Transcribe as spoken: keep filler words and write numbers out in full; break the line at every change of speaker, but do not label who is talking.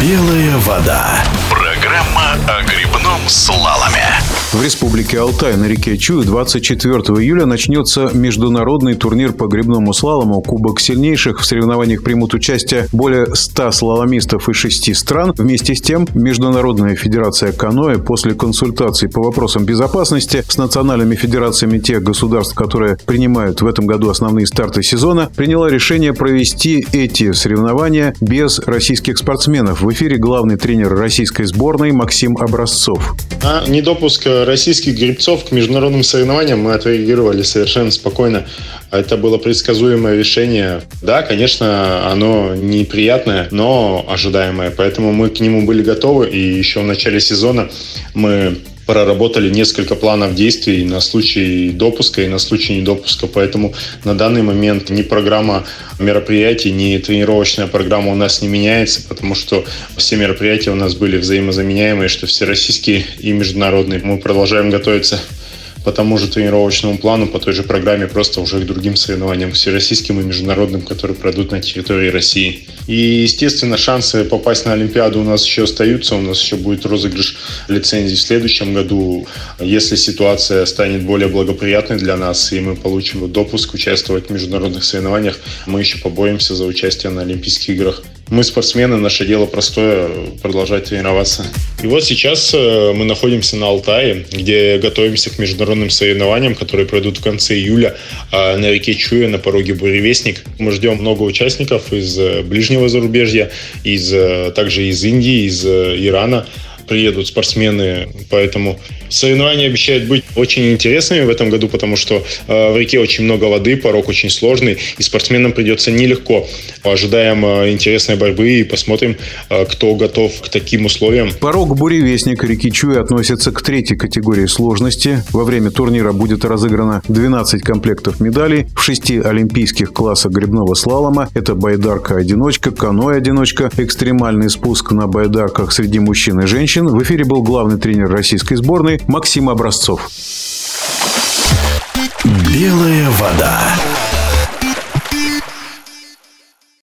Белая вода. Программа о гребном слаломе.
В Республике Алтай на реке Чуй двадцать четвёртого июля начнется международный турнир по гребному слалому «Кубок сильнейших». В соревнованиях примут участие более ста слаломистов из шести стран. Вместе с тем, Международная федерация каноэ после консультаций по вопросам безопасности с национальными федерациями тех государств, которые принимают в этом году основные старты сезона, приняла решение провести эти соревнования без российских спортсменов. В эфире главный тренер российской сборной Максим Образцов.
На недопуск российских гребцов к международным соревнованиям мы отреагировали совершенно спокойно. Это было предсказуемое решение. Да, конечно, оно неприятное, но ожидаемое. Поэтому мы к нему были готовы. И еще в начале сезона мы проработали несколько планов действий на случай допуска и на случай недопуска. Поэтому на данный момент ни программа мероприятий, ни тренировочная программа у нас не меняется, потому что все мероприятия у нас были взаимозаменяемые, что всероссийские и международные. Мы продолжаем готовиться по тому же тренировочному плану, по той же программе, просто уже к другим соревнованиям, всероссийским и международным, которые пройдут на территории России. И, естественно, шансы попасть на Олимпиаду у нас еще остаются. У нас еще будет розыгрыш лицензий в следующем году. Если ситуация станет более благоприятной для нас, и мы получим допуск участвовать в международных соревнованиях, мы еще поборемся за участие на Олимпийских играх. Мы спортсмены, наше дело простое – продолжать тренироваться. И вот сейчас мы находимся на Алтае, где готовимся к международным соревнованиям, которые пройдут в конце июля на реке Чуя на пороге Буревестник. Мы ждем много участников из ближнего зарубежья, из, также из Индии, из Ирана. Приедут спортсмены, поэтому соревнования обещают быть очень интересными в этом году, потому что э, в реке очень много воды, порог очень сложный, и спортсменам придется нелегко. Ожидаем э, интересной борьбы и посмотрим, э, кто готов к таким условиям.
Порог Буревестник реки Чуй относится к третьей категории сложности. Во время турнира будет разыграно двенадцать комплектов медалей в шести олимпийских классах гребного слалома. Это байдарка-одиночка, каноэ-одиночка, экстремальный спуск на байдарках среди мужчин и женщин. В эфире был главный тренер российской сборной Максим Образцов.
Белая вода.